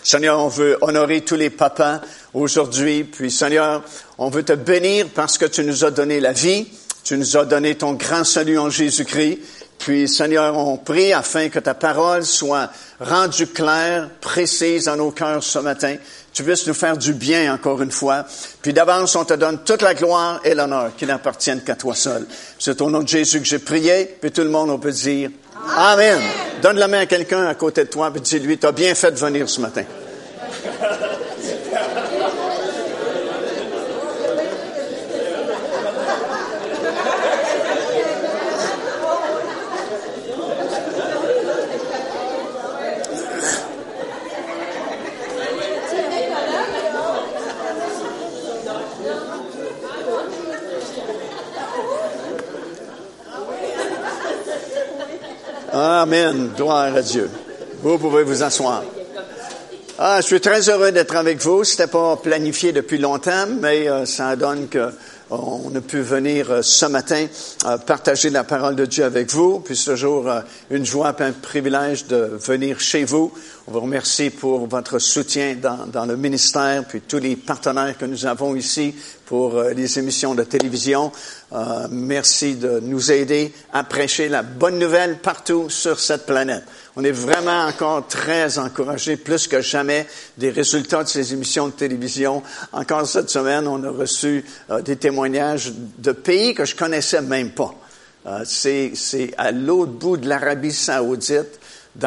Seigneur, on veut honorer tous les papas aujourd'hui. Puis, Seigneur, on veut te bénir parce que tu nous as donné la vie. Tu nous as donné ton grand salut en Jésus-Christ. Puis, Seigneur, on prie afin que ta parole soit rendue claire, précise dans nos cœurs ce matin. Tu puisses nous faire du bien encore une fois. Puis d'avance, on te donne toute la gloire et l'honneur qui n'appartiennent qu'à toi seul. C'est au nom de Jésus que j'ai prié. Puis tout le monde, on peut dire Amen. Donne la main à quelqu'un à côté de toi et dis-lui, tu as bien fait de venir ce matin. Amen. Gloire à Dieu. Vous pouvez vous asseoir. Je suis très heureux d'être avec vous. C'était pas planifié depuis longtemps, mais ça donne que on a pu venir ce matin partager la parole de Dieu avec vous. Puis c'est toujours une joie et un privilège de venir chez vous. On vous remercie pour votre soutien dans le ministère, puis tous les partenaires que nous avons ici pour les émissions de télévision. Merci de nous aider à prêcher la bonne nouvelle partout sur cette planète. On est vraiment encore très encouragés, plus que jamais, des résultats de ces émissions de télévision. Encore cette semaine, on a reçu des témoignages de pays que je connaissais même pas. C'est à l'autre bout de l'Arabie Saoudite,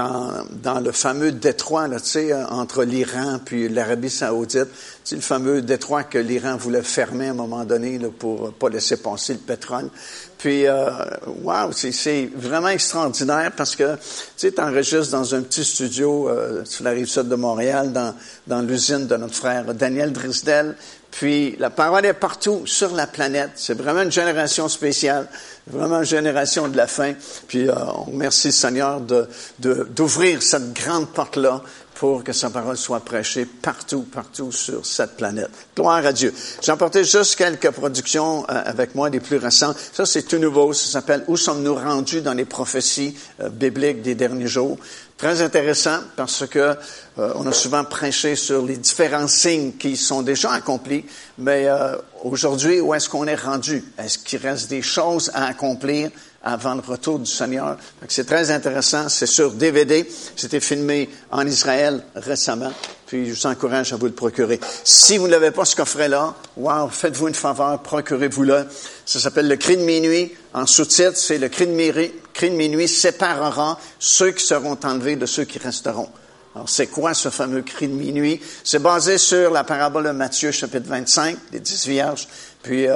dans le fameux détroit, là, tu sais, entre l'Iran puis l'Arabie Saoudite. C'est le fameux détroit que l'Iran voulait fermer à un moment donné, là, pour pas laisser passer le pétrole. Puis, wow, c'est vraiment extraordinaire parce que, tu sais, t'enregistres dans un petit studio sur la rive-sud de Montréal, dans l'usine de notre frère Daniel Drisdel. Puis, la parole est partout sur la planète. C'est vraiment une génération spéciale, vraiment une génération de la fin. Puis, on remercie le Seigneur d'ouvrir cette grande porte-là pour que sa parole soit prêchée partout sur cette planète. Gloire à Dieu. J'ai emporté juste quelques productions avec moi, des plus récentes. Ça, c'est tout nouveau. Ça s'appelle « Où sommes-nous rendus dans les prophéties bibliques des derniers jours ». Très intéressant parce que on a souvent prêché sur les différents signes qui sont déjà accomplis, mais aujourd'hui, où est-ce qu'on est rendu? Est-ce qu'il reste des choses à accomplir avant le retour du Seigneur? C'est très intéressant. C'est sur DVD. C'était filmé en Israël récemment. Puis, je vous encourage à vous le procurer. Si vous n'avez pas ce coffret-là, wow, faites-vous une faveur, procurez-vous-le. Ça s'appelle Le Cri de minuit. En sous-titre, c'est Le Cri de minuit séparera ceux qui seront enlevés de ceux qui resteront. Alors, c'est quoi ce fameux cri de minuit? C'est basé sur la parabole de Matthieu, chapitre 25, des 10 vierges. Puis,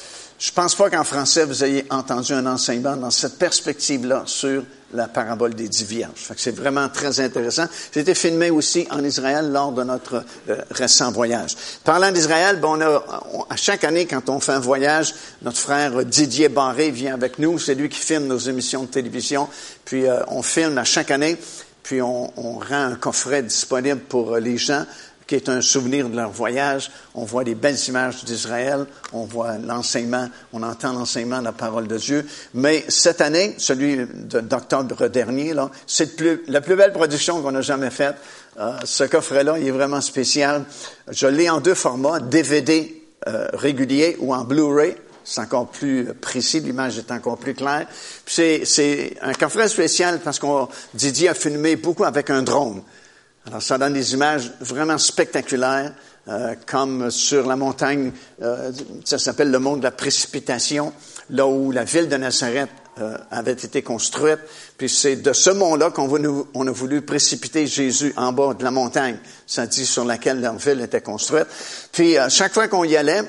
je pense pas qu'en français, vous ayez entendu un enseignement dans cette perspective-là sur la parabole des 10 vierges. Fait que c'est vraiment très intéressant. C'était filmé aussi en Israël lors de notre récent voyage. Parlant d'Israël, à chaque année, quand on fait un voyage, notre frère Didier Barré vient avec nous. C'est lui qui filme nos émissions de télévision. Puis, on filme à chaque année. Puis, on rend un coffret disponible pour les gens, qui est un souvenir de leur voyage. On voit des belles images d'Israël, on voit l'enseignement, on entend l'enseignement de la parole de Dieu. Mais cette année, celui d'octobre dernier, là, c'est la plus belle production qu'on a jamais faite. Ce coffret-là, il est vraiment spécial. Je l'ai en 2 formats, DVD régulier ou en Blu-ray. C'est encore plus précis, l'image est encore plus claire. Puis c'est un coffret spécial parce Didier a filmé beaucoup avec un drone. Alors, ça donne des images vraiment spectaculaires, comme sur la montagne, ça s'appelle le mont de la précipitation, là où la ville de Nazareth avait été construite. Puis c'est de ce mont-là on a voulu précipiter Jésus en bas de la montagne, ça dit sur laquelle leur ville était construite. Puis chaque fois qu'on y allait,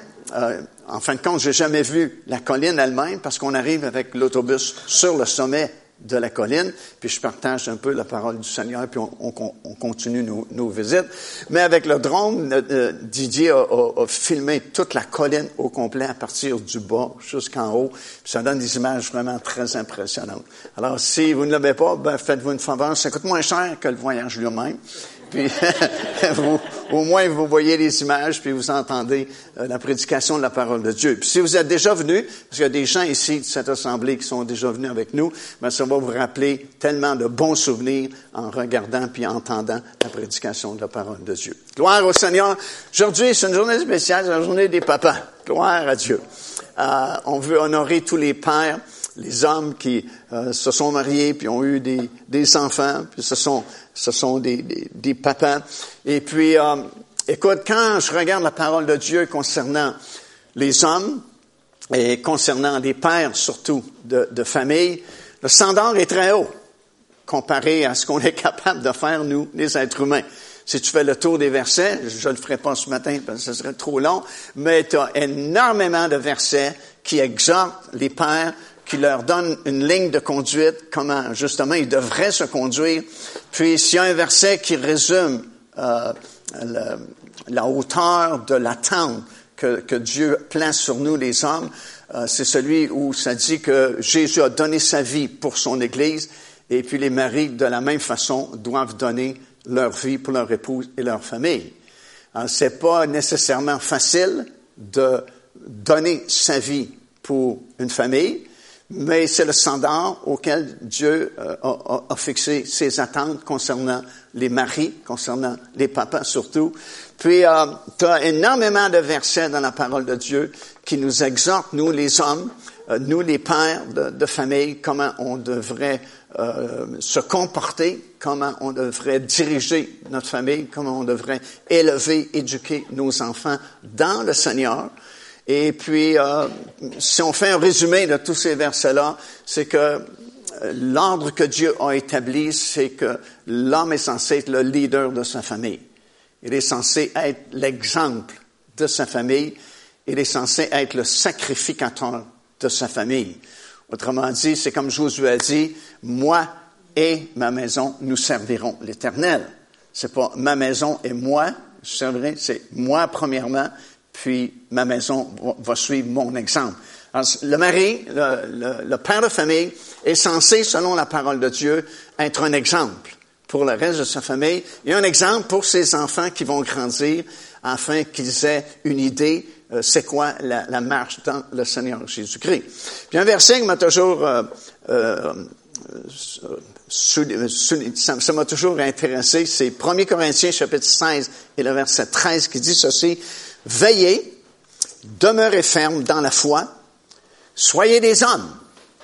en fin de compte, j'ai jamais vu la colline elle-même parce qu'on arrive avec l'autobus sur le sommet de la colline, puis je partage un peu la parole du Seigneur, puis on continue nos visites. Mais avec le drone, Didier a filmé toute la colline au complet, à partir du bas jusqu'en haut, puis ça donne des images vraiment très impressionnantes. Alors, si vous ne l'avez pas, faites-vous une faveur, ça coûte moins cher que le voyage lui-même. Puis, au moins vous voyez les images puis vous entendez la prédication de la parole de Dieu. Puis si vous êtes déjà venus, parce qu'il y a des gens ici de cette assemblée qui sont déjà venus avec nous, ben ça va vous rappeler tellement de bons souvenirs en regardant puis entendant la prédication de la parole de Dieu. Gloire au Seigneur. Aujourd'hui, c'est une journée spéciale, c'est la journée des papas. Gloire à Dieu. On veut honorer tous les pères, les hommes qui se sont mariés puis ont eu des enfants, puis ce sont des papas. Et puis, écoute, quand je regarde la parole de Dieu concernant les hommes et concernant les pères surtout de famille, le standard est très haut comparé à ce qu'on est capable de faire, nous, les êtres humains. Si tu fais le tour des versets, je ne le ferai pas ce matin parce que ce serait trop long, mais tu as énormément de versets qui exhortent les pères, qui leur donnent une ligne de conduite, comment justement ils devraient se conduire. Puis s'il y a un verset qui résume la hauteur de l'attente que Dieu place sur nous les hommes, c'est celui où ça dit que Jésus a donné sa vie pour son Église, et puis les maris, de la même façon, doivent donner leur vie pour leur épouse et leur famille. Alors, c'est pas nécessairement facile de donner sa vie pour une famille, mais c'est le standard auquel Dieu a fixé ses attentes concernant les maris, concernant les papas surtout. Puis, tu as énormément de versets dans la parole de Dieu qui nous exhortent, nous les hommes, nous les pères de famille, comment on devrait se comporter, comment on devrait diriger notre famille, comment on devrait élever, éduquer nos enfants dans le Seigneur. Et puis, si on fait un résumé de tous ces versets-là, c'est que l'ordre que Dieu a établi, c'est que l'homme est censé être le leader de sa famille. Il est censé être l'exemple de sa famille. Il est censé être le sacrificateur de sa famille. Autrement dit, c'est comme Josué a dit, moi et ma maison, nous servirons l'Éternel. C'est pas ma maison et moi, je servirai, c'est moi premièrement, puis ma maison va suivre mon exemple. Alors, le mari, le père de famille, est censé, selon la parole de Dieu, être un exemple pour le reste de sa famille et un exemple pour ses enfants qui vont grandir afin qu'ils aient une idée c'est quoi la marche dans le Seigneur Jésus-Christ. Puis un verset qui m'a toujours ça m'a toujours intéressé, c'est 1 Corinthiens chapitre 16 et le verset 13 qui dit ceci: veillez, demeurez fermes dans la foi, soyez des hommes.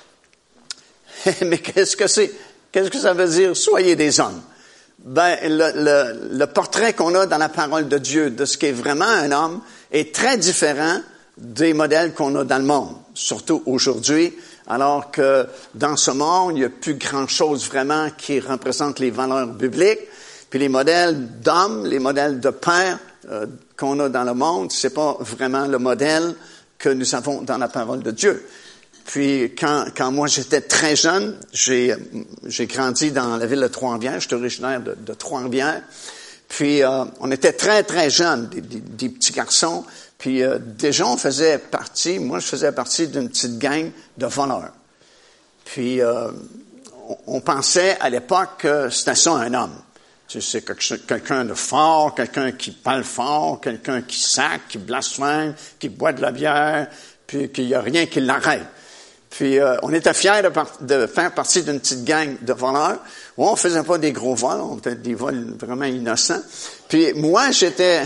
Mais qu'est-ce que ça veut dire, soyez des hommes? Ben, le portrait qu'on a dans la parole de Dieu de ce qu'est vraiment un homme est très différent des modèles qu'on a dans le monde, surtout aujourd'hui, alors que dans ce monde, il n'y a plus grand-chose vraiment qui représente les valeurs bibliques. Puis les modèles d'hommes, les modèles de pères qu'on a dans le monde, c'est pas vraiment le modèle que nous avons dans la parole de Dieu. Puis quand moi j'étais très jeune, j'ai grandi dans la ville de Trois-Rivières. Je suis originaire de Trois-Rivières. Puis on était très très jeunes, des petits garçons. Puis déjà moi je faisais partie d'une petite gang de voleurs. Puis on pensait à l'époque que c'était ça un homme. Tu sais, quelqu'un de fort, quelqu'un qui parle fort, quelqu'un qui sac, qui blasphème, qui boit de la bière, puis qu'il n'y a rien qui l'arrête. Puis on était fiers de faire partie d'une petite gang de voleurs. On faisait pas des gros vols, on faisait des vols vraiment innocents. Puis moi, j'étais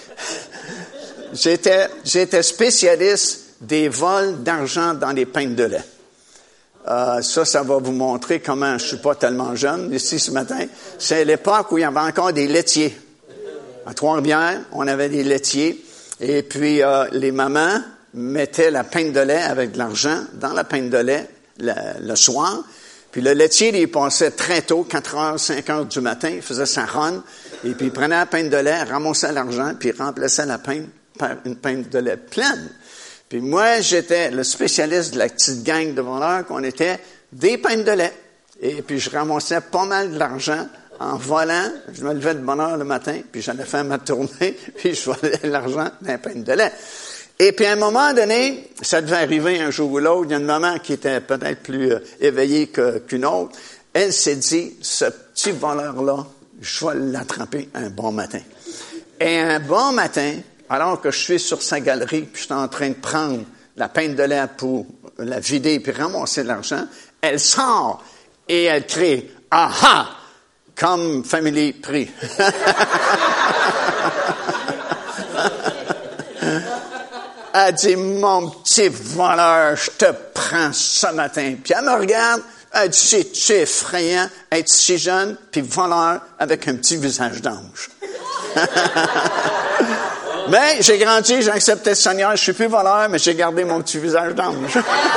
spécialiste des vols d'argent dans les pintes de lait. Ça va vous montrer comment je suis pas tellement jeune ici ce matin. C'est l'époque où il y avait encore des laitiers. À Trois-Rivières, on avait des laitiers. Et puis les mamans mettait la pinte de lait avec de l'argent dans la pinte de lait le soir. Puis le laitier, il passait très tôt, 4h, 5h du matin, il faisait sa run, et puis il prenait la pinte de lait, ramassait l'argent, puis il remplaçait la pinte par une pinte de lait pleine. Puis moi, j'étais le spécialiste de la petite gang de voleurs qu'on était des pintes de lait. Et puis je ramassais pas mal de l'argent en volant. Je me levais de bonne heure le matin, puis j'allais faire ma tournée, puis je volais l'argent dans la pinte de lait. Et puis à un moment donné, ça devait arriver un jour ou l'autre, il y a une maman qui était peut-être plus éveillée qu'une autre. Elle s'est dit, ce petit voleur-là, je vais l'attraper un bon matin. Et un bon matin, alors que je suis sur sa galerie, puis je suis en train de prendre la pinte de lait pour la vider puis ramasser de l'argent, elle sort et elle crie « Aha! » comme Family Prix. Elle dit « Mon petit voleur, je te prends ce matin. » Puis elle me regarde, elle dit « C'est effrayant être si jeune, puis voleur avec un petit visage d'ange. » Mais j'ai grandi, j'ai accepté le Seigneur, je suis plus voleur, mais j'ai gardé mon petit visage d'ange.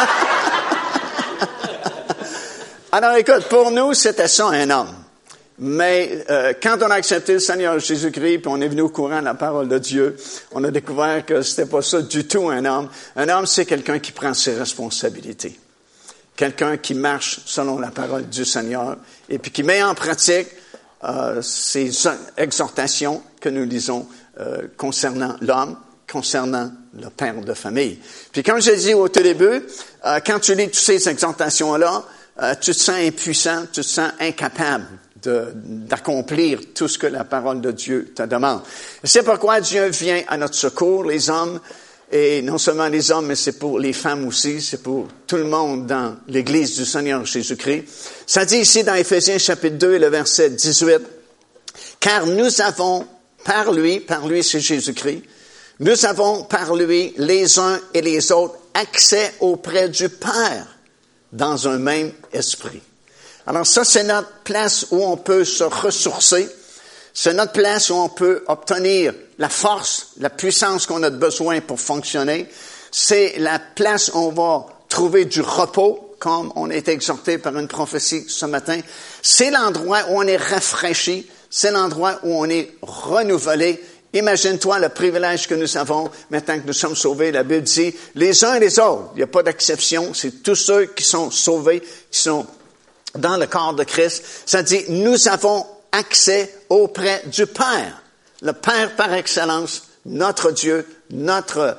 Alors écoute, pour nous, c'était ça un homme. Mais quand on a accepté le Seigneur Jésus-Christ, puis on est venu au courant de la parole de Dieu, on a découvert que c'était pas ça du tout un homme. Un homme, c'est quelqu'un qui prend ses responsabilités. Quelqu'un qui marche selon la parole du Seigneur et puis qui met en pratique ces exhortations que nous lisons concernant l'homme, concernant le père de famille. Puis comme je l'ai dit au tout début, quand tu lis toutes ces exhortations-là, tu te sens impuissant, tu te sens incapable d'accomplir tout ce que la parole de Dieu te demande. C'est pourquoi Dieu vient à notre secours, les hommes, et non seulement les hommes, mais c'est pour les femmes aussi, c'est pour tout le monde dans l'Église du Seigneur Jésus-Christ. Ça dit ici dans Éphésiens chapitre 2 et le verset 18, « Car nous avons par lui c'est Jésus-Christ, nous avons par lui les uns et les autres accès auprès du Père dans un même esprit. » Alors ça, c'est notre place où on peut se ressourcer. C'est notre place où on peut obtenir la force, la puissance qu'on a besoin pour fonctionner. C'est la place où on va trouver du repos, comme on a été exhorté par une prophétie ce matin. C'est l'endroit où on est rafraîchi. C'est l'endroit où on est renouvelé. Imagine-toi le privilège que nous avons maintenant que nous sommes sauvés. La Bible dit, les uns et les autres, il n'y a pas d'exception. C'est tous ceux qui sont sauvés, qui sont dans le corps de Christ. Ça dit, nous avons accès auprès du Père. Le Père par excellence, notre Dieu, notre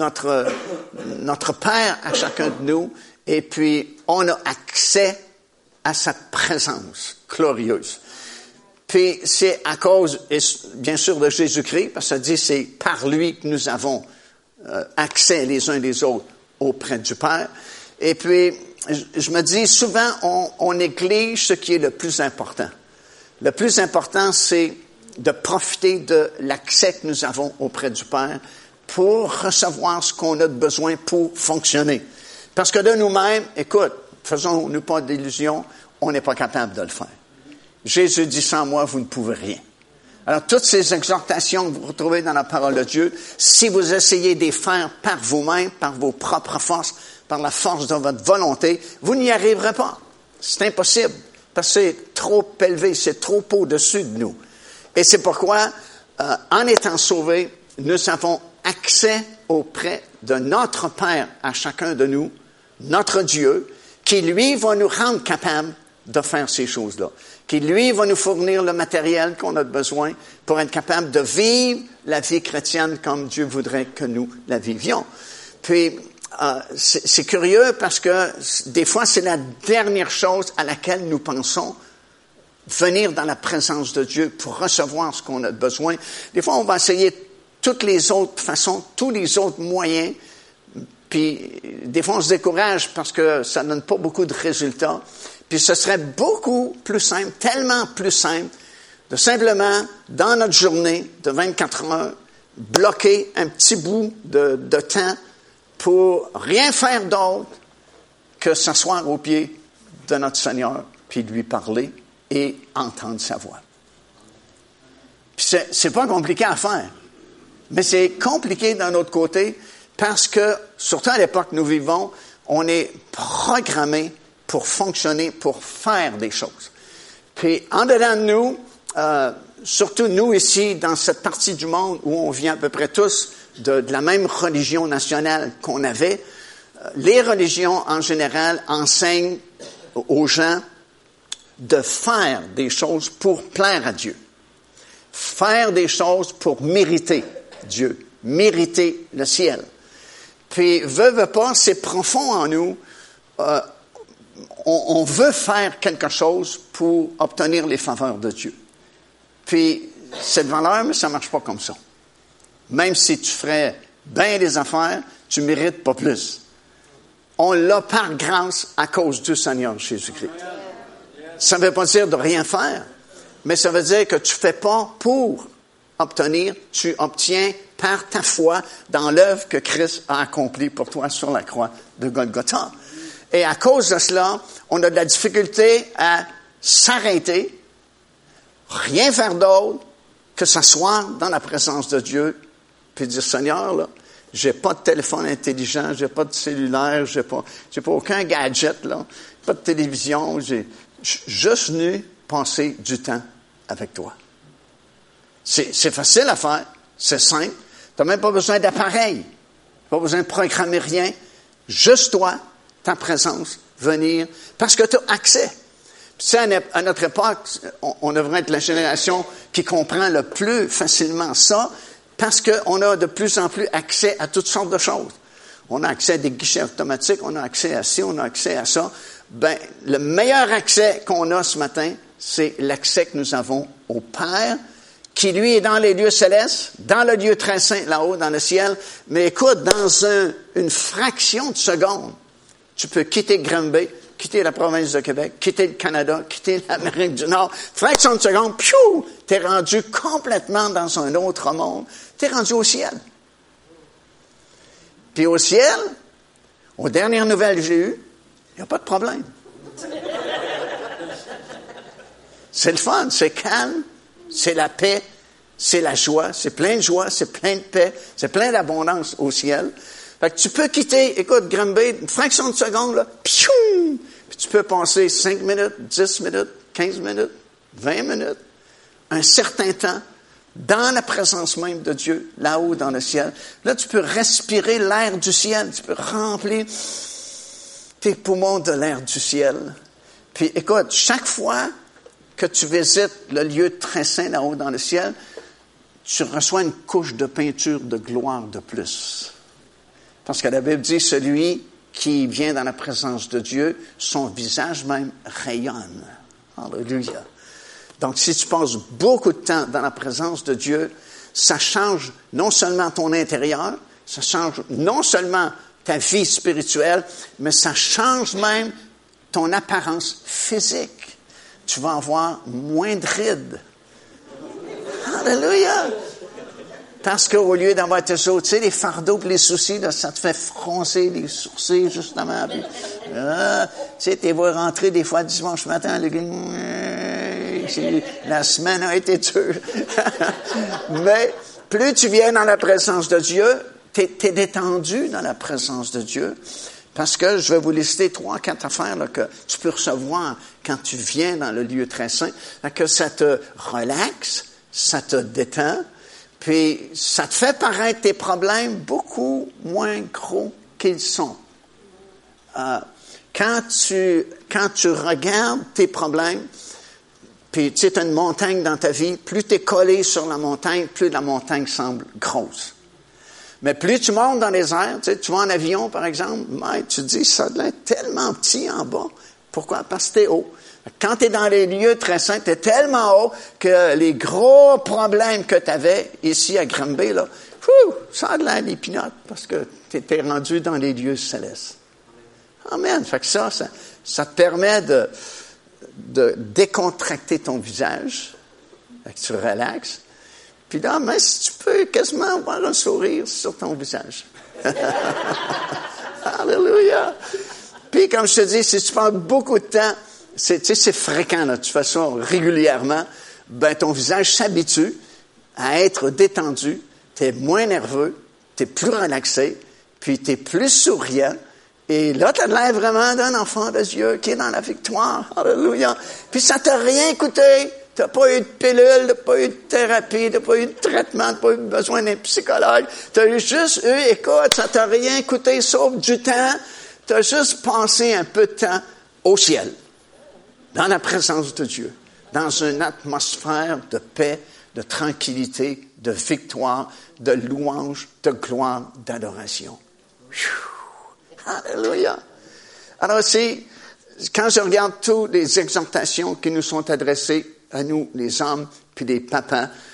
Père à chacun de nous. Et puis, on a accès à sa présence glorieuse. Puis, c'est à cause, bien sûr, de Jésus-Christ, parce que ça dit, c'est par lui que nous avons accès les uns les autres auprès du Père. Et puis, je me dis, souvent, on néglige ce qui est le plus important. Le plus important, c'est de profiter de l'accès que nous avons auprès du Père pour recevoir ce qu'on a besoin pour fonctionner. Parce que de nous-mêmes, écoute, faisons-nous pas d'illusions, on n'est pas capable de le faire. Jésus dit, sans moi, vous ne pouvez rien. Alors, toutes ces exhortations que vous retrouvez dans la parole de Dieu, si vous essayez de les faire par vous-même, par vos propres forces, par la force de votre volonté, vous n'y arriverez pas. C'est impossible, parce que c'est trop élevé, c'est trop au-dessus de nous. Et c'est pourquoi, en étant sauvés, nous avons accès auprès de notre Père à chacun de nous, notre Dieu, qui, lui, va nous rendre capables de faire ces choses-là, qui, lui, va nous fournir le matériel qu'on a besoin pour être capable de vivre la vie chrétienne comme Dieu voudrait que nous la vivions. Puis, c'est curieux parce que des fois, c'est la dernière chose à laquelle nous pensons, venir dans la présence de Dieu pour recevoir ce qu'on a besoin. Des fois, on va essayer toutes les autres façons, tous les autres moyens, puis des fois, on se décourage parce que ça ne donne pas beaucoup de résultats. Puis ce serait beaucoup plus simple, tellement plus simple, de simplement, dans notre journée de 24 heures, bloquer un petit bout de temps pour rien faire d'autre que s'asseoir aux pieds de notre Seigneur, puis lui parler et entendre sa voix. Puis c'est pas compliqué à faire, mais c'est compliqué d'un autre côté parce que, surtout à l'époque que nous vivons, on est programmé pour fonctionner, pour faire des choses. Puis en dedans de nous, surtout nous ici, dans cette partie du monde où on vient à peu près tous de la même religion nationale qu'on avait, les religions en général enseignent aux gens de faire des choses pour plaire à Dieu. Faire des choses pour mériter Dieu, mériter le ciel. Puis, veut pas, c'est profond en nous. On veut faire quelque chose pour obtenir les faveurs de Dieu. Puis, cette valeur, mais ça marche pas comme ça. Même si tu ferais bien des affaires, tu mérites pas plus. On l'a par grâce à cause du Seigneur Jésus-Christ. Ça ne veut pas dire de rien faire, mais ça veut dire que tu fais pas pour obtenir, tu obtiens par ta foi dans l'œuvre que Christ a accomplie pour toi sur la croix de Golgotha. Et à cause de cela, on a de la difficulté à s'arrêter, rien faire d'autre que s'asseoir dans la présence de Dieu, puis dire, Seigneur, là, j'ai pas de téléphone intelligent, j'ai pas de cellulaire, j'ai pas aucun gadget, là, pas de télévision, j'ai juste venu passer du temps avec toi. C'est facile à faire, c'est simple, t'as même pas besoin d'appareil, pas besoin de programmer rien, juste toi, ta présence, venir, parce que tu as accès. Puis, tu sais, à notre époque, on devrait être la génération qui comprend le plus facilement ça, parce qu'on a de plus en plus accès à toutes sortes de choses. On a accès à des guichets automatiques, on a accès à ci, on a accès à ça. Ben, le meilleur accès qu'on a ce matin, c'est l'accès que nous avons au Père, qui lui est dans les lieux célestes, dans le lieu très saint, là-haut, dans le ciel. Mais écoute, dans une fraction de seconde, tu peux quitter Granby, quitter la province de Québec, quitter le Canada, quitter l'Amérique du Nord. Fraction de seconde, piou, t'es rendu complètement dans un autre monde. T'es rendu au ciel. Puis au ciel, aux dernières nouvelles que j'ai eues, il n'y a pas de problème. C'est le fun, c'est calme, c'est la paix, c'est la joie, c'est plein de joie, c'est plein de paix, c'est plein d'abondance au ciel. Fait que tu peux quitter, écoute, Granby, une fraction de seconde, là, piou, puis tu peux passer 5 minutes, 10 minutes, 15 minutes, 20 minutes, un certain temps, dans la présence même de Dieu, là-haut dans le ciel. Là, tu peux respirer l'air du ciel, tu peux remplir tes poumons de l'air du ciel. Puis écoute, chaque fois que tu visites le lieu très saint là-haut dans le ciel, tu reçois une couche de peinture de gloire de plus. Parce que la Bible dit, celui qui vient dans la présence de Dieu, son visage même rayonne. Alléluia. Donc, si tu passes beaucoup de temps dans la présence de Dieu, ça change non seulement ton intérieur, ça change non seulement ta vie spirituelle, mais ça change même ton apparence physique. Tu vas avoir moins de rides. Alléluia! Parce qu'au lieu d'avoir tes autres, tu sais, les fardeaux et les soucis, là, ça te fait froncer les sourcils, justement. Puis, tu sais, tu vois rentrer des fois dimanche matin, la semaine a été dure. Mais plus tu viens dans la présence de Dieu, t'es détendu dans la présence de Dieu. Parce que je vais vous lister 3, 4 affaires là, que tu peux recevoir quand tu viens dans le lieu très saint. Que ça te relaxe, ça te détend, puis ça te fait paraître tes problèmes beaucoup moins gros qu'ils sont. Quand tu regardes tes problèmes, puis tu sais, tu as une montagne dans ta vie, plus tu es collé sur la montagne, plus la montagne semble grosse. Mais plus tu montes dans les airs, tu vas en avion, par exemple, tu te dis, ça a l'air tellement petit en bas. Pourquoi? Parce que tu es haut. Quand tu es dans les lieux très saints, tu es tellement haut que les gros problèmes que tu avais ici à Granby, là, ça a de l'air des pinottes parce que tu étais rendu dans les lieux célestes. Amen. Fait que ça te permet de décontracter ton visage, fait que tu relaxes. Puis là, mais si tu peux quasiment avoir un sourire sur ton visage. Alléluia! Puis, comme je te dis, si tu passes beaucoup de temps, c'est fréquent, là, tu fais ça régulièrement, ben ton visage s'habitue à être détendu, tu es moins nerveux, tu es plus relaxé, puis tu es plus souriant, et là, tu as l'air vraiment d'un enfant de Dieu qui est dans la victoire. Alléluia! Puis ça t'a rien coûté. Tu n'as pas eu de pilule, tu n'as pas eu de thérapie, tu n'as pas eu de traitement, tu n'as pas eu besoin d'un psychologue. Tu as juste eu, écoute, ça t'a rien coûté sauf du temps. Tu as juste passé un peu de temps au ciel, dans la présence de Dieu, dans une atmosphère de paix, de tranquillité, de victoire, de louange, de gloire, d'adoration. Alléluia! Alors quand je regarde toutes les exhortations qui nous sont adressées à nous, les hommes, puis les papas,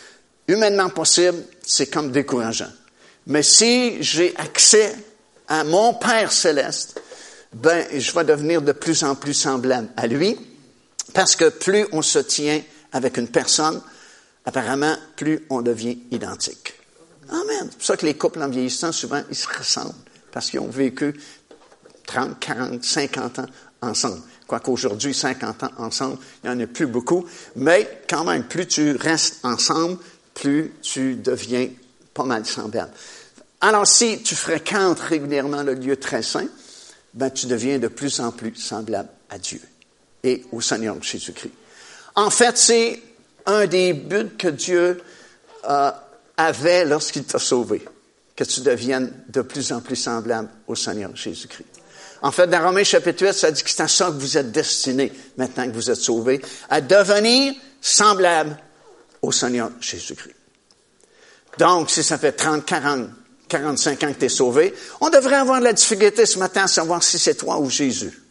humainement possible, c'est comme décourageant. Mais si j'ai accès à mon Père céleste, ben, je vais devenir de plus en plus semblable à lui, parce que plus on se tient avec une personne, apparemment, plus on devient identique. Amen. C'est pour ça que les couples en vieillissant, souvent, ils se ressemblent, parce qu'ils ont vécu 30, 40, 50 ans ensemble. Quoique aujourd'hui, 50 ans ensemble, il n'y en a plus beaucoup, mais quand même, plus tu restes ensemble, plus tu deviens pas mal semblable. Alors, si tu fréquentes régulièrement le lieu très saint, ben, tu deviens de plus en plus semblable à Dieu et au Seigneur Jésus-Christ. En fait, c'est un des buts que Dieu avait lorsqu'il t'a sauvé, que tu deviennes de plus en plus semblable au Seigneur Jésus-Christ. En fait, dans Romains chapitre 8, ça dit que c'est à ça que vous êtes destinés, maintenant que vous êtes sauvés, à devenir semblable au Seigneur Jésus-Christ. Donc, si ça fait 30, 40, 45 ans que tu es sauvé, on devrait avoir de la difficulté ce matin à savoir si c'est toi ou Jésus.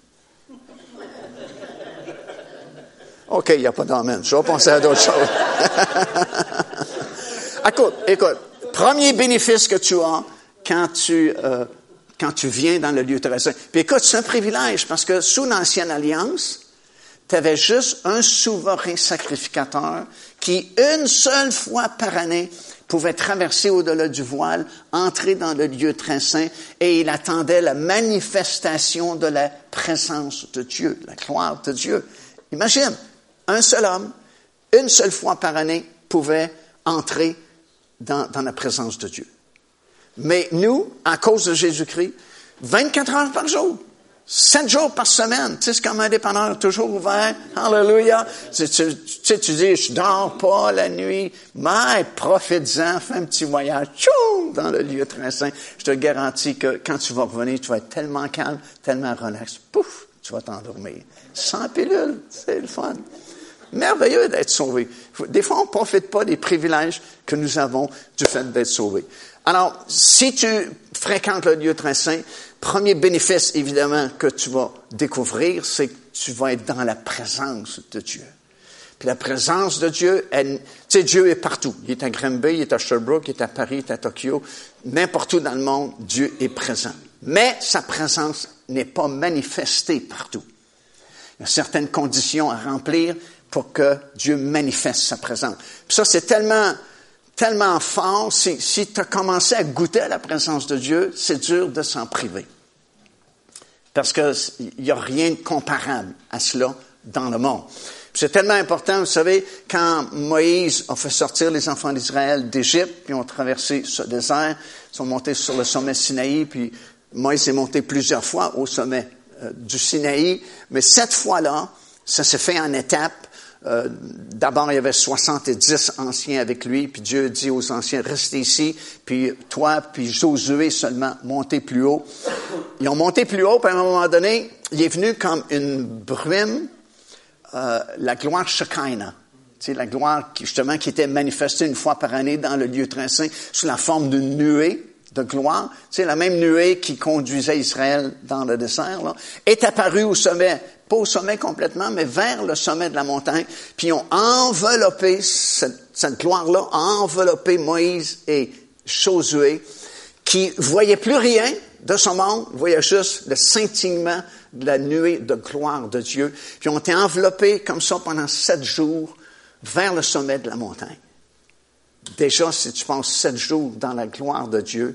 OK, il n'y a pas d'amen. Je vais penser à d'autres choses. Écoute, premier bénéfice que tu as quand tu viens dans le lieu très saint. Puis écoute, c'est un privilège parce que sous l'Ancienne Alliance, tu avais juste un souverain sacrificateur qui, une seule fois par année, pouvait traverser au-delà du voile, entrer dans le lieu très saint, et il attendait la manifestation de la présence de Dieu, la gloire de Dieu. Imagine, un seul homme, une seule fois par année, pouvait entrer dans la présence de Dieu. Mais nous, à cause de Jésus-Christ, 24 heures par jour, 7 jours par semaine, tu sais, c'est comme un dépanneur toujours ouvert, hallelujah. Tu dis, je dors pas la nuit, mais profite-en, fais un petit voyage, tchoum, dans le lieu très saint. Je te garantis que quand tu vas revenir, tu vas être tellement calme, tellement relax, pouf, tu vas t'endormir. Sans pilule, c'est le fun. Merveilleux d'être sauvé. Des fois, on ne profite pas des privilèges que nous avons du fait d'être sauvés. Alors, si tu fréquentes le lieu très saint, premier bénéfice, évidemment, que tu vas découvrir, c'est que tu vas être dans la présence de Dieu. Puis la présence de Dieu, tu sais, Dieu est partout. Il est à Granby, il est à Sherbrooke, il est à Paris, il est à Tokyo. N'importe où dans le monde, Dieu est présent. Mais sa présence n'est pas manifestée partout. Il y a certaines conditions à remplir pour que Dieu manifeste sa présence. Puis ça, c'est tellement fort, si tu as commencé à goûter à la présence de Dieu, c'est dur de s'en priver. Parce qu'il n'y a rien de comparable à cela dans le monde. Puis c'est tellement important, vous savez, quand Moïse a fait sortir les enfants d'Israël d'Égypte, puis ont traversé ce désert, ils sont montés sur le sommet Sinaï, puis Moïse est monté plusieurs fois au sommet du Sinaï, mais cette fois-là, ça s'est fait en étapes. D'abord, il y avait 70 anciens avec lui, puis Dieu dit aux anciens, restez ici, puis toi, puis Josué seulement, montez plus haut. Ils ont monté plus haut, puis à un moment donné, il est venu comme une brume, la gloire Shekinah. Tu sais, la gloire qui était manifestée une fois par année dans le lieu très saint, sous la forme d'une nuée de gloire. Tu sais, la même nuée qui conduisait Israël dans le désert, là, est apparue au sommet. Pas au sommet complètement, mais vers le sommet de la montagne. Puis ils ont enveloppé, cette gloire-là, a enveloppé Moïse et Josué, qui voyaient plus rien de ce monde, voyaient juste le scintillement de la nuée de gloire de Dieu. Puis ils ont été enveloppés comme ça pendant 7 jours vers le sommet de la montagne. Déjà, si tu passes 7 jours dans la gloire de Dieu,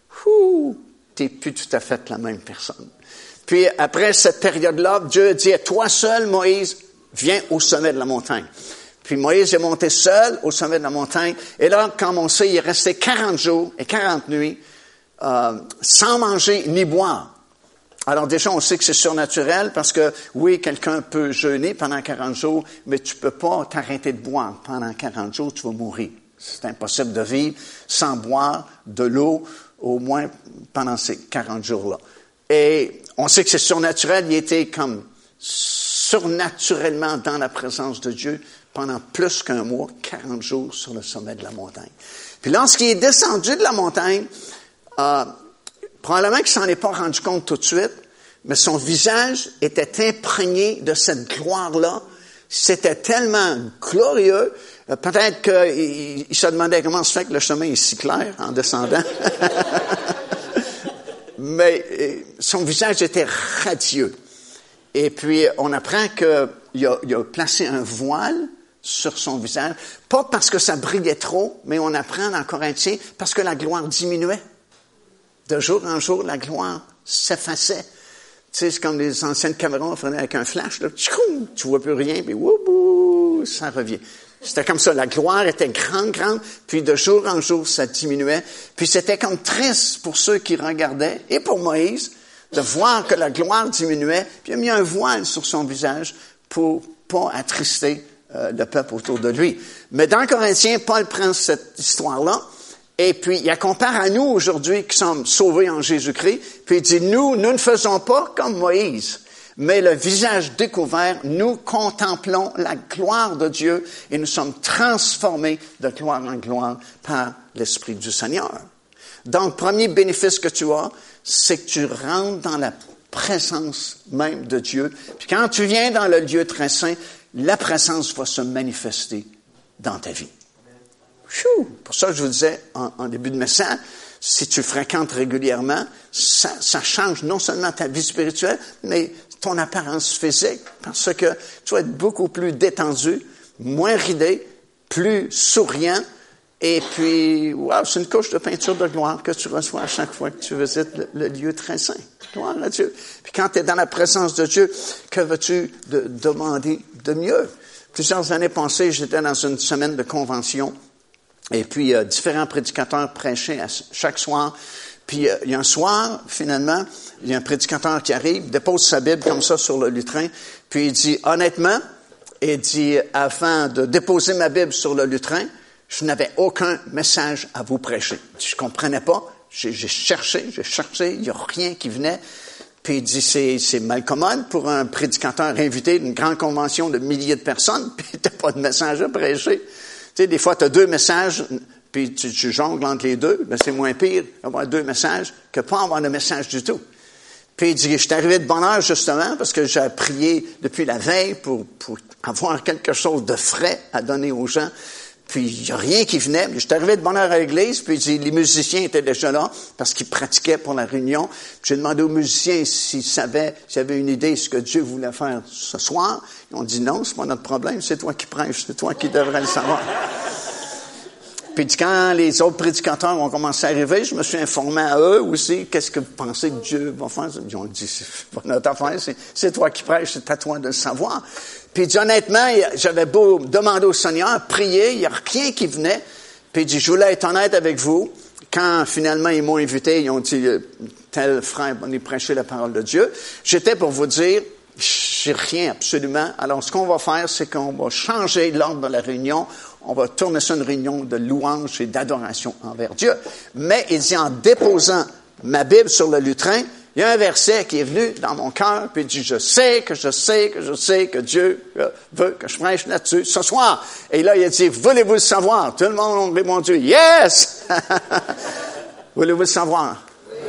t'es plus tout à fait la même personne. Puis, après cette période-là, Dieu dit à toi seul, Moïse, viens au sommet de la montagne. Puis Moïse est monté seul au sommet de la montagne. Et là, comme on sait, il est resté 40 jours et 40 nuits sans manger ni boire. Alors déjà, on sait que c'est surnaturel parce que, oui, quelqu'un peut jeûner pendant 40 jours, mais tu peux pas t'arrêter de boire pendant 40 jours, tu vas mourir. C'est impossible de vivre sans boire de l'eau, au moins pendant ces 40 jours-là. Et on sait que c'est surnaturel, il était comme surnaturellement dans la présence de Dieu pendant plus qu'un mois, 40 jours sur le sommet de la montagne. Puis lorsqu'il est descendu de la montagne, probablement qu'il ne s'en est pas rendu compte tout de suite, mais son visage était imprégné de cette gloire-là. C'était tellement glorieux. Peut-être qu'il se demandait comment se fait que le chemin est si clair en descendant. Mais son visage était radieux. Et puis, on apprend qu'il a placé un voile sur son visage. Pas parce que ça brillait trop, mais on apprend dans Corinthiens parce que la gloire diminuait. De jour en jour, la gloire s'effaçait. Tu sais, c'est comme les anciennes caméras, on faisait avec un flash, là, tu vois plus rien, puis wouhou, ça revient. C'était comme ça, la gloire était grande, puis de jour en jour, ça diminuait. Puis c'était comme triste pour ceux qui regardaient, et pour Moïse, de voir que la gloire diminuait, puis il a mis un voile sur son visage pour pas attrister le peuple autour de lui. Mais dans Corinthiens, Paul prend cette histoire-là, et puis il la compare à nous aujourd'hui qui sommes sauvés en Jésus-Christ, puis il dit, nous ne faisons pas comme Moïse, mais le visage découvert, nous contemplons la gloire de Dieu et nous sommes transformés de gloire en gloire par l'Esprit du Seigneur. Donc, premier bénéfice que tu as, c'est que tu rentres dans la présence même de Dieu. Puis quand tu viens dans le lieu très saint, la présence va se manifester dans ta vie. Chou! Pour ça, je vous disais en début de message, si tu fréquentes régulièrement, ça change non seulement ta vie spirituelle, mais ton apparence physique, parce que tu vas être beaucoup plus détendu, moins ridé, plus souriant, et puis, wow, c'est une couche de peinture de gloire que tu reçois à chaque fois que tu visites le lieu très saint. Gloire à Dieu. Puis quand tu es dans la présence de Dieu, que veux-tu demander de mieux? Plusieurs années passées, j'étais dans une semaine de convention, et puis différents prédicateurs prêchaient chaque soir. Puis il y a un soir, finalement, il y a un prédicateur qui arrive, dépose sa Bible comme ça sur le lutrin, puis il dit, honnêtement, il dit, avant de déposer ma Bible sur le lutrin, je n'avais aucun message à vous prêcher. Je comprenais pas, j'ai cherché, il n'y a rien qui venait. Puis il dit, c'est mal commode pour un prédicateur invité d'une grande convention de milliers de personnes, puis t'as pas de message à prêcher. Tu sais, des fois, tu as 2 messages, puis tu jongles entre les deux, ben c'est moins pire d'avoir 2 messages que pas avoir de message du tout. Puis il dit, je suis arrivé de bonne heure justement, parce que j'ai prié depuis la veille pour avoir quelque chose de frais à donner aux gens. Puis il n'y a rien qui venait. Je suis arrivé de bonne heure à l'église, puis il dit, les musiciens étaient déjà là, parce qu'ils pratiquaient pour la réunion. Puis j'ai demandé aux musiciens s'ils avaient une idée de ce que Dieu voulait faire ce soir. Ils ont dit, non, c'est pas notre problème, c'est toi qui prêches, c'est toi qui devrais le savoir. Puis quand les autres prédicateurs ont commencé à arriver, je me suis informé à eux aussi, qu'est-ce que vous pensez que Dieu va faire? Ils ont dit, c'est pas notre affaire, c'est toi qui prêches, c'est à toi de le savoir. Puis il dit, honnêtement, j'avais beau demander au Seigneur, prier, il n'y a rien qui venait. Puis il dit, je voulais être honnête avec vous. Quand finalement ils m'ont invité, ils ont dit, tel frère va nous prêcher la parole de Dieu. J'étais pour vous dire, j'ai rien absolument. Alors ce qu'on va faire, c'est qu'on va changer l'ordre de la réunion. On va tourner ça une réunion de louange et d'adoration envers Dieu. Mais il dit, en déposant ma Bible sur le lutrin, il y a un verset qui est venu dans mon cœur, puis il dit, je sais que Dieu veut que je prêche là-dessus ce soir. Et là, il a dit, voulez-vous le savoir? Tout le monde a répondu, yes! Voulez-vous le savoir?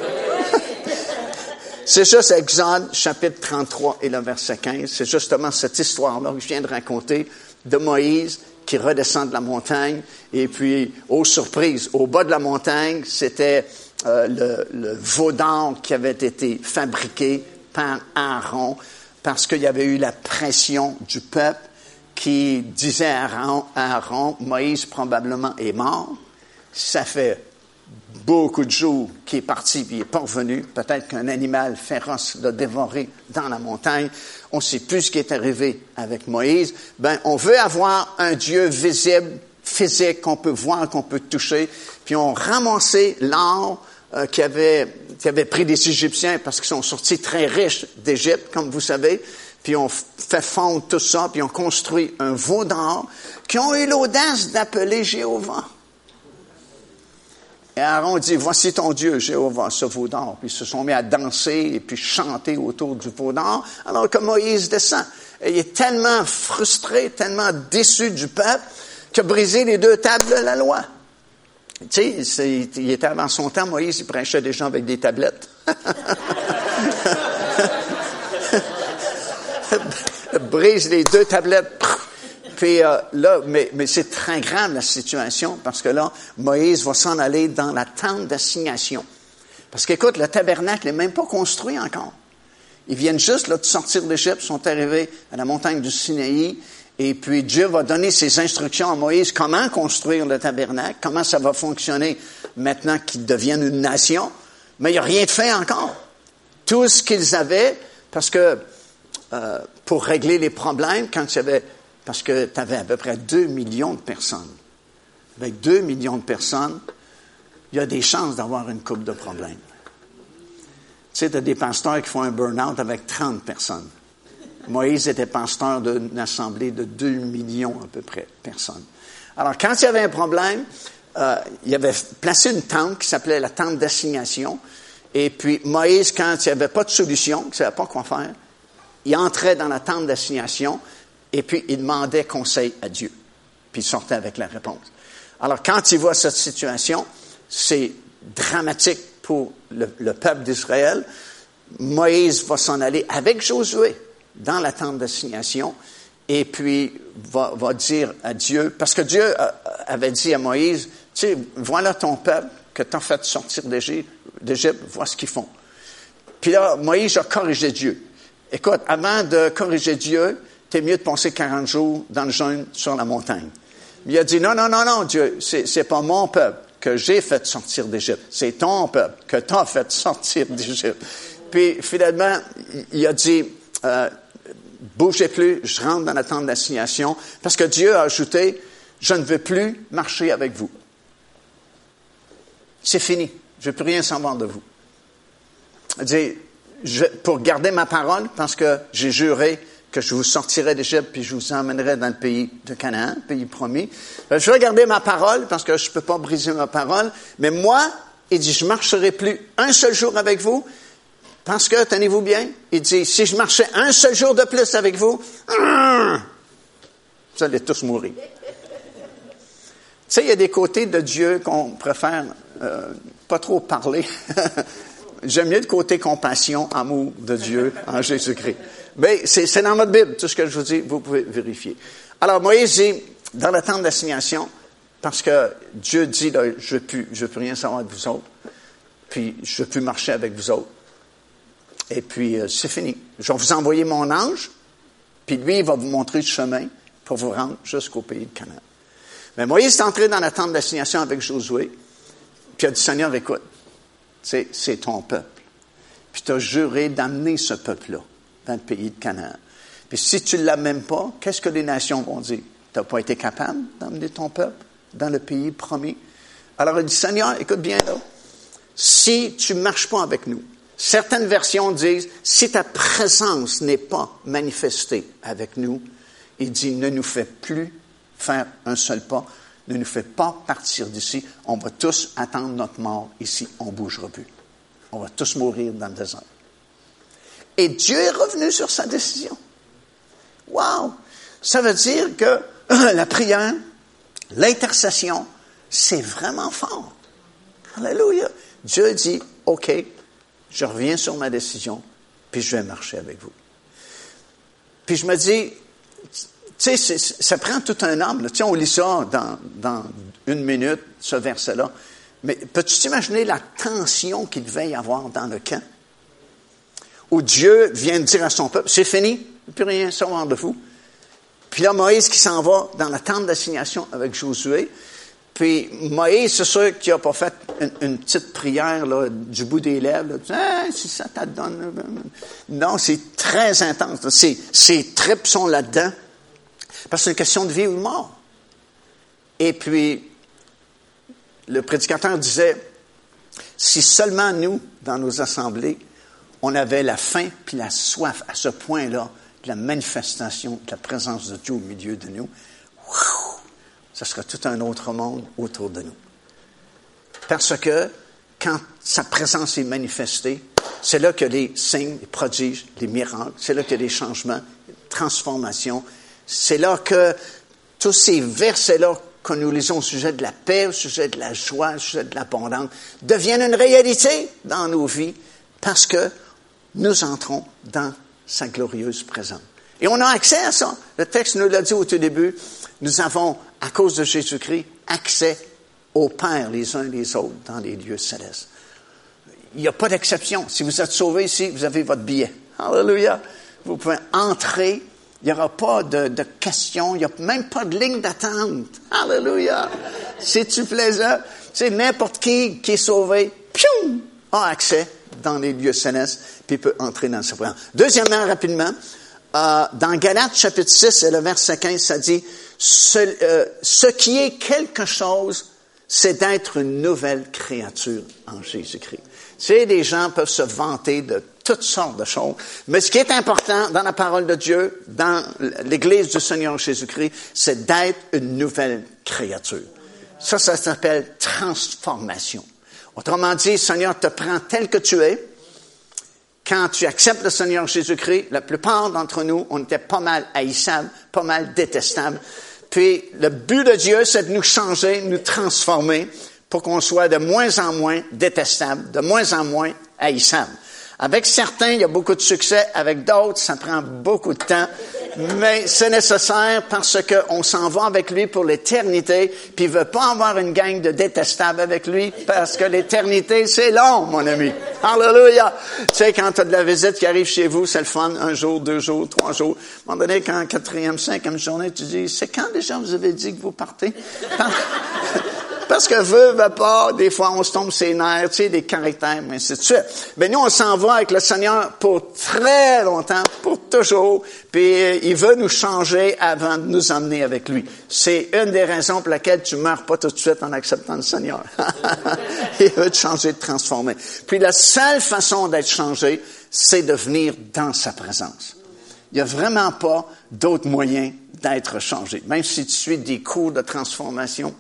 C'est juste Exode, chapitre 33 et le verset 15. C'est justement cette histoire-là que je viens de raconter de Moïse qui redescend de la montagne. Et puis, aux surprises, au bas de la montagne, c'était le veau d'or qui avait été fabriqué par Aaron parce qu'il y avait eu la pression du peuple qui disait à Aaron, Moïse probablement est mort. Ça fait beaucoup de jours qu'il est parti et il n'est pas revenu. Peut-être qu'un animal féroce l'a dévoré dans la montagne. On ne sait plus ce qui est arrivé avec Moïse. On veut avoir un Dieu visible, physique, qu'on peut voir, qu'on peut toucher. Puis on ramassait l'or qui avait pris des Égyptiens parce qu'ils sont sortis très riches d'Égypte, comme vous savez. Puis on fait fondre tout ça, puis on construit un veau d'or qui ont eu l'audace d'appeler Jéhovah. Et Aaron dit, voici ton Dieu, Jéhovah, ce veau d'or. Puis ils se sont mis à danser et puis chanter autour du veau d'or, alors que Moïse descend. Et il est tellement frustré, tellement déçu du peuple, qu'il a brisé les 2 tables de la loi. Tu sais, il était avant son temps, Moïse, il prêchait des gens avec des tablettes. Brise les 2 tablettes. puis là, mais c'est très grave la situation, parce que là, Moïse va s'en aller dans la tente d'assignation. Parce qu'écoute, le tabernacle n'est même pas construit encore. Ils viennent juste là, de sortir d'Égypte, sont arrivés à la montagne du Sinaï, et puis Dieu va donner ses instructions à Moïse, comment construire le tabernacle, comment ça va fonctionner maintenant qu'ils deviennent une nation, mais il n'y a rien de fait encore. Tout ce qu'ils avaient, parce que pour régler les problèmes, parce que tu avais à peu près 2 millions de personnes. Avec 2 millions de personnes, il y a des chances d'avoir une couple de problèmes. Tu sais, tu as des pasteurs qui font un burn-out avec 30 personnes. Moïse était pasteur d'une assemblée de 2 millions à peu près de personnes. Alors, quand il y avait un problème, il avait placé une tente qui s'appelait la tente d'assignation. Et puis, Moïse, quand il n'y avait pas de solution, qu'il ne savait pas quoi faire, il entrait dans la tente d'assignation et puis il demandait conseil à Dieu. Puis il sortait avec la réponse. Alors, quand il voit cette situation, c'est dramatique pour le peuple d'Israël. Moïse va s'en aller avec Josué dans la tente d'assignation et puis va dire à Dieu, parce que Dieu avait dit à Moïse, tu sais, voilà ton peuple que tu as fait sortir d'Égypte, vois ce qu'ils font. Puis là, Moïse a corrigé Dieu. Écoute, avant de corriger Dieu, t'es mieux de passer 40 jours dans le jeûne sur la montagne. Il a dit, non, Dieu, c'est pas mon peuple que j'ai fait sortir d'Égypte. C'est ton peuple que t'as fait sortir d'Égypte. Puis, finalement, il a dit, bougez plus, je rentre dans la tente d'assignation, parce que Dieu a ajouté, je ne veux plus marcher avec vous. C'est fini. Je ne veux plus rien savoir de vous. Il dit, pour garder ma parole, parce que j'ai juré que je vous sortirai d'Égypte puis je vous emmènerai dans le pays de Canaan, le pays promis. Je vais garder ma parole parce que je ne peux pas briser ma parole. Mais moi, il dit, je ne marcherai plus un seul jour avec vous parce que, tenez-vous bien, il dit, si je marchais un seul jour de plus avec vous, vous allez tous mourir. Tu sais, il y a des côtés de Dieu qu'on préfère pas trop parler. J'aime mieux le côté compassion, amour de Dieu en Jésus-Christ. Mais c'est dans notre Bible, tout ce que je vous dis, vous pouvez vérifier. Alors Moïse dit, dans la tente d'assignation, parce que Dieu dit, là, je ne veux plus rien savoir de vous autres, puis je ne veux plus marcher avec vous autres. Et puis, c'est fini. Je vais vous envoyer mon ange, puis lui, il va vous montrer le chemin pour vous rendre jusqu'au pays de Canaan. Mais Moïse est entré dans la tente d'assignation avec Josué, puis il a dit, Seigneur, écoute, c'est ton peuple. Puis tu as juré d'amener ce peuple-là dans le pays de Canaan. Puis si tu ne l'as même pas, qu'est-ce que les nations vont dire? Tu n'as pas été capable d'amener ton peuple dans le pays promis. Alors il dit, Seigneur, écoute bien là, si tu ne marches pas avec nous, certaines versions disent, si ta présence n'est pas manifestée avec nous, il dit, ne nous fais plus faire un seul pas, ne nous fais pas partir d'ici, on va tous attendre notre mort ici, on ne bougera plus. On va tous mourir dans le désert. Et Dieu est revenu sur sa décision. Wow! Ça veut dire que la prière, l'intercession, c'est vraiment fort. Alléluia! Dieu dit, OK, je reviens sur ma décision, puis je vais marcher avec vous. Puis je me dis, tu sais, ça prend tout un homme. Tu sais, on lit ça dans 1 minute, ce verset-là. Mais peux-tu t'imaginer la tension qu'il devait y avoir dans le camp? Où Dieu vient de dire à son peuple, c'est fini, plus rien savoir de vous. Puis là, Moïse qui s'en va dans la tente d'assignation avec Josué. Puis Moïse, c'est sûr qu'il n'a pas fait une petite prière là, du bout des lèvres. Là, si ça t'adonne. Non, c'est très intense. Ses tripes sont là-dedans. Parce que c'est une question de vie ou de mort. Et puis, le prédicateur disait, si seulement nous, dans nos assemblées, on avait la faim puis la soif à ce point-là de la manifestation de la présence de Dieu au milieu de nous, ça serait tout un autre monde autour de nous. Parce que quand sa présence est manifestée, c'est là que les signes, les prodiges, les miracles, c'est là qu'il y a des changements, des transformations. C'est là que tous ces versets-là que nous lisons au sujet de la paix, au sujet de la joie, au sujet de l'abondance, deviennent une réalité dans nos vies parce que nous entrons dans sa glorieuse présence. Et on a accès à ça. Le texte nous l'a dit au tout début. Nous avons, à cause de Jésus-Christ, accès au Père les uns les autres dans les lieux célestes. Il n'y a pas d'exception. Si vous êtes sauvés ici, vous avez votre billet. Alléluia. Vous pouvez entrer. Il n'y aura pas de questions. Il n'y a même pas de ligne d'attente. Alléluia. C'est-tu plaisant? C'est n'importe qui est sauvé, piou, a accès dans les lieux célestes, puis peut entrer dans sa présence. Deuxièmement, rapidement, dans Galates chapitre 6 et le verset 15, ça dit, ce qui est quelque chose, c'est d'être une nouvelle créature en Jésus-Christ. Tu sais, des gens peuvent se vanter de toutes sortes de choses, mais ce qui est important dans la parole de Dieu, dans l'Église du Seigneur Jésus-Christ, c'est d'être une nouvelle créature. Ça s'appelle transformation. Autrement dit, le Seigneur te prend tel que tu es. Quand tu acceptes le Seigneur Jésus-Christ, la plupart d'entre nous, on était pas mal haïssables, pas mal détestables. Puis, le but de Dieu, c'est de nous changer, nous transformer pour qu'on soit de moins en moins détestables, de moins en moins haïssables. Avec certains, il y a beaucoup de succès. Avec d'autres, ça prend beaucoup de temps. Mais c'est nécessaire parce qu'on s'en va avec lui pour l'éternité. Puis il veut pas avoir une gang de détestables avec lui parce que l'éternité, c'est long, mon ami. Alléluia! Tu sais, quand tu as de la visite qui arrive chez vous, c'est le fun. 1 jour, 2 jours, 3 jours. À un moment donné, quand 4e, 5e journée, tu dis, c'est quand déjà vous avez dit que vous partez? Parce que veut pas, des fois, on se tombe ses nerfs, tu sais, des caractères, mais ainsi de suite. Ben, nous, on s'en va avec le Seigneur pour très longtemps, pour toujours, puis il veut nous changer avant de nous emmener avec lui. C'est une des raisons pour laquelle tu meurs pas tout de suite en acceptant le Seigneur. Il veut te changer, te transformer. Puis la seule façon d'être changé, c'est de venir dans sa présence. Il n'y a vraiment pas d'autre moyen d'être changé. Même si tu suis des cours de transformation,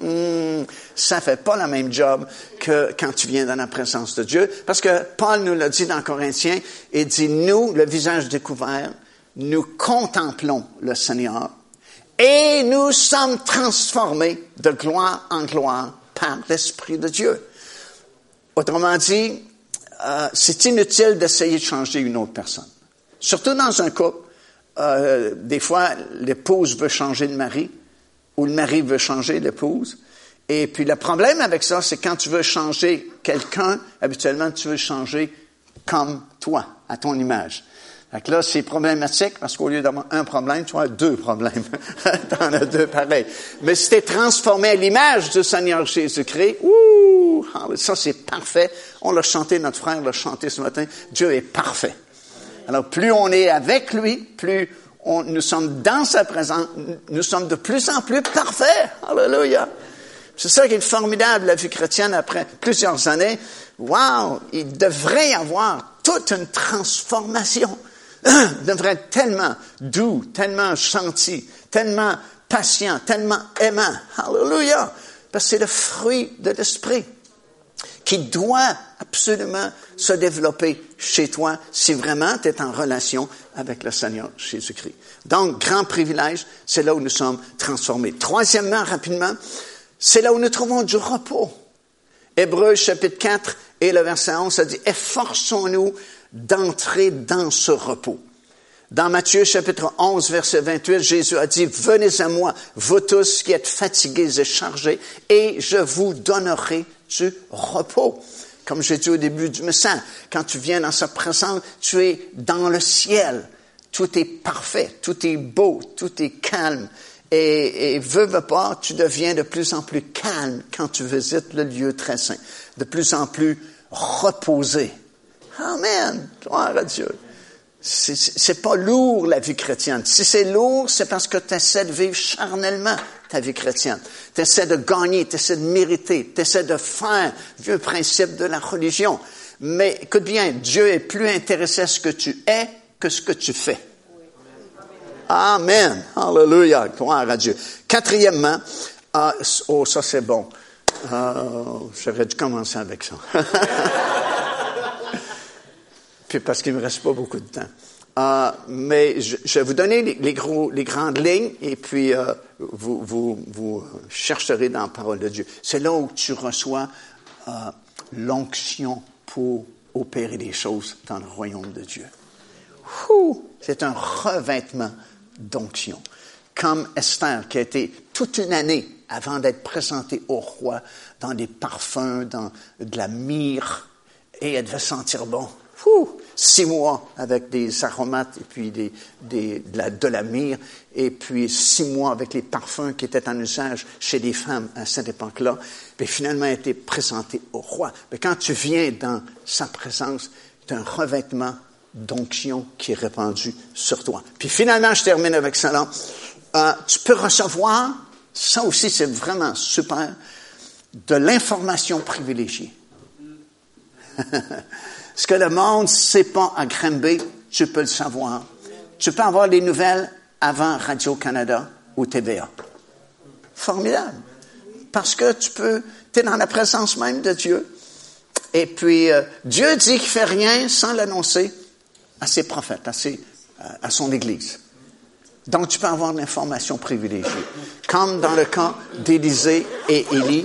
ça fait pas la même job que quand tu viens dans la présence de Dieu. Parce que Paul nous l'a dit dans Corinthiens, il dit, nous, le visage découvert, nous contemplons le Seigneur et nous sommes transformés de gloire en gloire par l'Esprit de Dieu. Autrement dit, c'est inutile d'essayer de changer une autre personne. Surtout dans un couple. Des fois, l'épouse veut changer le mari, ou le mari veut changer l'épouse. Et puis, le problème avec ça, c'est quand tu veux changer quelqu'un, habituellement, tu veux changer comme toi, à ton image. Fait que là, c'est problématique, parce qu'au lieu d'avoir un problème, tu as 2 problèmes. T'en as 2 pareils. Mais si tu es transformé à l'image du Seigneur Jésus-Christ, ça, c'est parfait. On l'a chanté, notre frère l'a chanté ce matin. Dieu est parfait. Alors, plus on est avec lui, plus nous sommes dans sa présence, nous sommes de plus en plus parfaits. Alléluia! C'est ça qui est formidable, la vie chrétienne, après plusieurs années. Wow! Il devrait y avoir toute une transformation. Il devrait être tellement doux, tellement gentil, tellement patient, tellement aimant. Alléluia! Parce que c'est le fruit de l'Esprit qui doit absolument se développer chez toi si vraiment tu es en relation avec le Seigneur Jésus-Christ. Donc, grand privilège, c'est là où nous sommes transformés. Troisièmement, rapidement, c'est là où nous trouvons du repos. Hébreux chapitre 4 et le verset 11, ça dit « Efforçons-nous d'entrer dans ce repos ». Dans Matthieu chapitre 11, verset 28, Jésus a dit « Venez à moi, vous tous qui êtes fatigués et chargés, et je vous donnerai du repos. » Comme j'ai dit au début du message, quand tu viens dans sa présence, tu es dans le ciel. Tout est parfait, tout est beau, tout est calme. Et veux pas, tu deviens de plus en plus calme quand tu visites le lieu très saint. De plus en plus reposé. Amen. Gloire à Dieu. C'est pas lourd, la vie chrétienne. Si c'est lourd, c'est parce que tu essaies de vivre charnellement ta vie chrétienne. Tu essaies de gagner, tu essaies de mériter, tu essaies de faire le vieux principe de la religion. Mais écoute bien, Dieu est plus intéressé à ce que tu es que ce que tu fais. Amen. Alléluia. Gloire à Dieu. Quatrièmement, ça c'est bon. J'aurais dû commencer avec ça. Puis parce qu'il me reste pas beaucoup de temps. Mais je vais vous donner les grandes lignes et puis vous chercherez dans la parole de Dieu. C'est là où tu reçois l'onction pour opérer des choses dans le royaume de Dieu. C'est un revêtement d'onction. Comme Esther, qui a été toute une année avant d'être présentée au roi dans des parfums, dans de la myrrhe, et elle devait sentir bon. 6 mois avec des aromates et puis de la myrrhe, et puis 6 mois avec les parfums qui étaient en usage chez les femmes à cette époque-là. Puis finalement, elle a été présentée au roi. Mais quand tu viens dans sa présence, tu as un revêtement d'onction qui est répandu sur toi. Puis finalement, je termine avec ça là. Tu peux recevoir, ça aussi c'est vraiment super, de l'information privilégiée. Ce que le monde ne sait pas à Granby, tu peux le savoir. Tu peux avoir les nouvelles avant Radio-Canada ou TVA. Formidable. Parce que tu es dans la présence même de Dieu. Et puis, Dieu dit qu'il ne fait rien sans l'annoncer à ses prophètes, à son Église. Donc, tu peux avoir de l'information privilégiée. Comme dans le cas d'Élisée et Élie,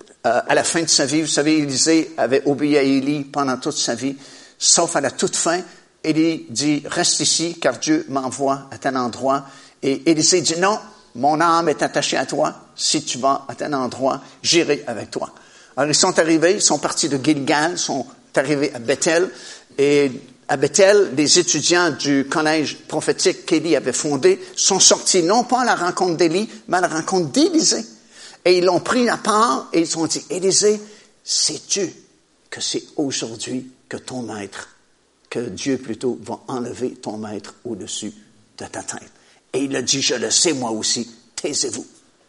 à la fin de sa vie, vous savez, Élisée avait obéi à Élie pendant toute sa vie, sauf à la toute fin. Élie dit, reste ici, car Dieu m'envoie à tel endroit. Et Élisée dit, non, mon âme est attachée à toi. Si tu vas à tel endroit, j'irai avec toi. Alors, ils sont arrivés, ils sont partis de Gilgal, sont arrivés à Bethel. Et à Bethel, les étudiants du collège prophétique qu'Élie avait fondé sont sortis, non pas à la rencontre d'Élie, mais à la rencontre d'Élisée. Et ils l'ont pris à part et ils ont dit, Élisée, sais-tu que c'est aujourd'hui que ton maître, que Dieu plutôt va enlever ton maître au-dessus de ta tête? Et il a dit, je le sais moi aussi, taisez-vous.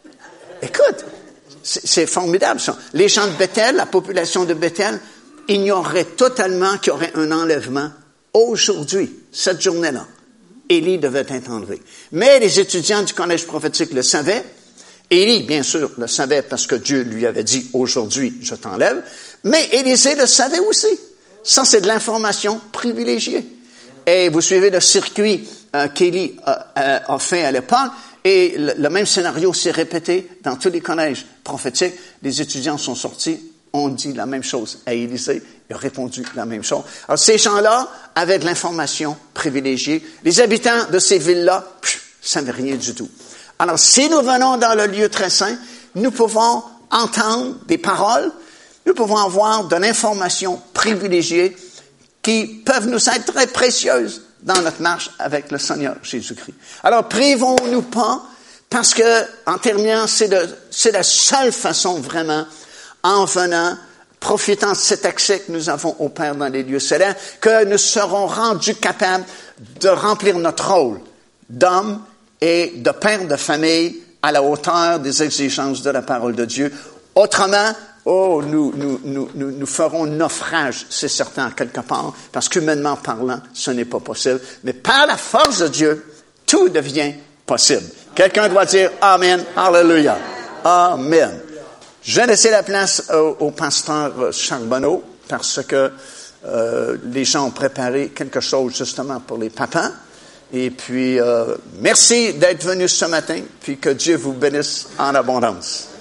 Écoute, c'est formidable ça. Les gens de Bethel, la population de Bethel, ignoraient totalement qu'il y aurait un enlèvement aujourd'hui, cette journée-là. Élie devait être enlevé. Mais les étudiants du collège prophétique le savaient. Élie, bien sûr, le savait parce que Dieu lui avait dit, aujourd'hui, je t'enlève. Mais Élisée le savait aussi. Ça, c'est de l'information privilégiée. Et vous suivez le circuit qu'Élie a fait à l'époque. Et le même scénario s'est répété dans tous les collèges prophétiques. Les étudiants sont sortis, ont dit la même chose à Élisée. Il a répondu la même chose. Alors, ces gens-là avaient de l'information privilégiée. Les habitants de ces villes-là, ça ne savaient rien du tout. Alors, si nous venons dans le lieu très saint, nous pouvons entendre des paroles, nous pouvons avoir de l'information privilégiée qui peuvent nous être très précieuses dans notre marche avec le Seigneur Jésus-Christ. Alors, privons-nous pas, parce que, en terminant, c'est la seule façon vraiment, en venant, profitant de cet accès que nous avons au Père dans les lieux célestes, que nous serons rendus capables de remplir notre rôle d'homme et de père de famille à la hauteur des exigences de la parole de Dieu. Autrement, nous ferons naufrage, c'est certain, quelque part, parce qu'humainement parlant, ce n'est pas possible. Mais par la force de Dieu, tout devient possible. Quelqu'un doit dire Amen, Alléluia. Amen. Je vais laisser la place au pasteur Charbonneau, parce que les gens ont préparé quelque chose justement pour les papas. Et puis, merci d'être venus ce matin, puis que Dieu vous bénisse en abondance.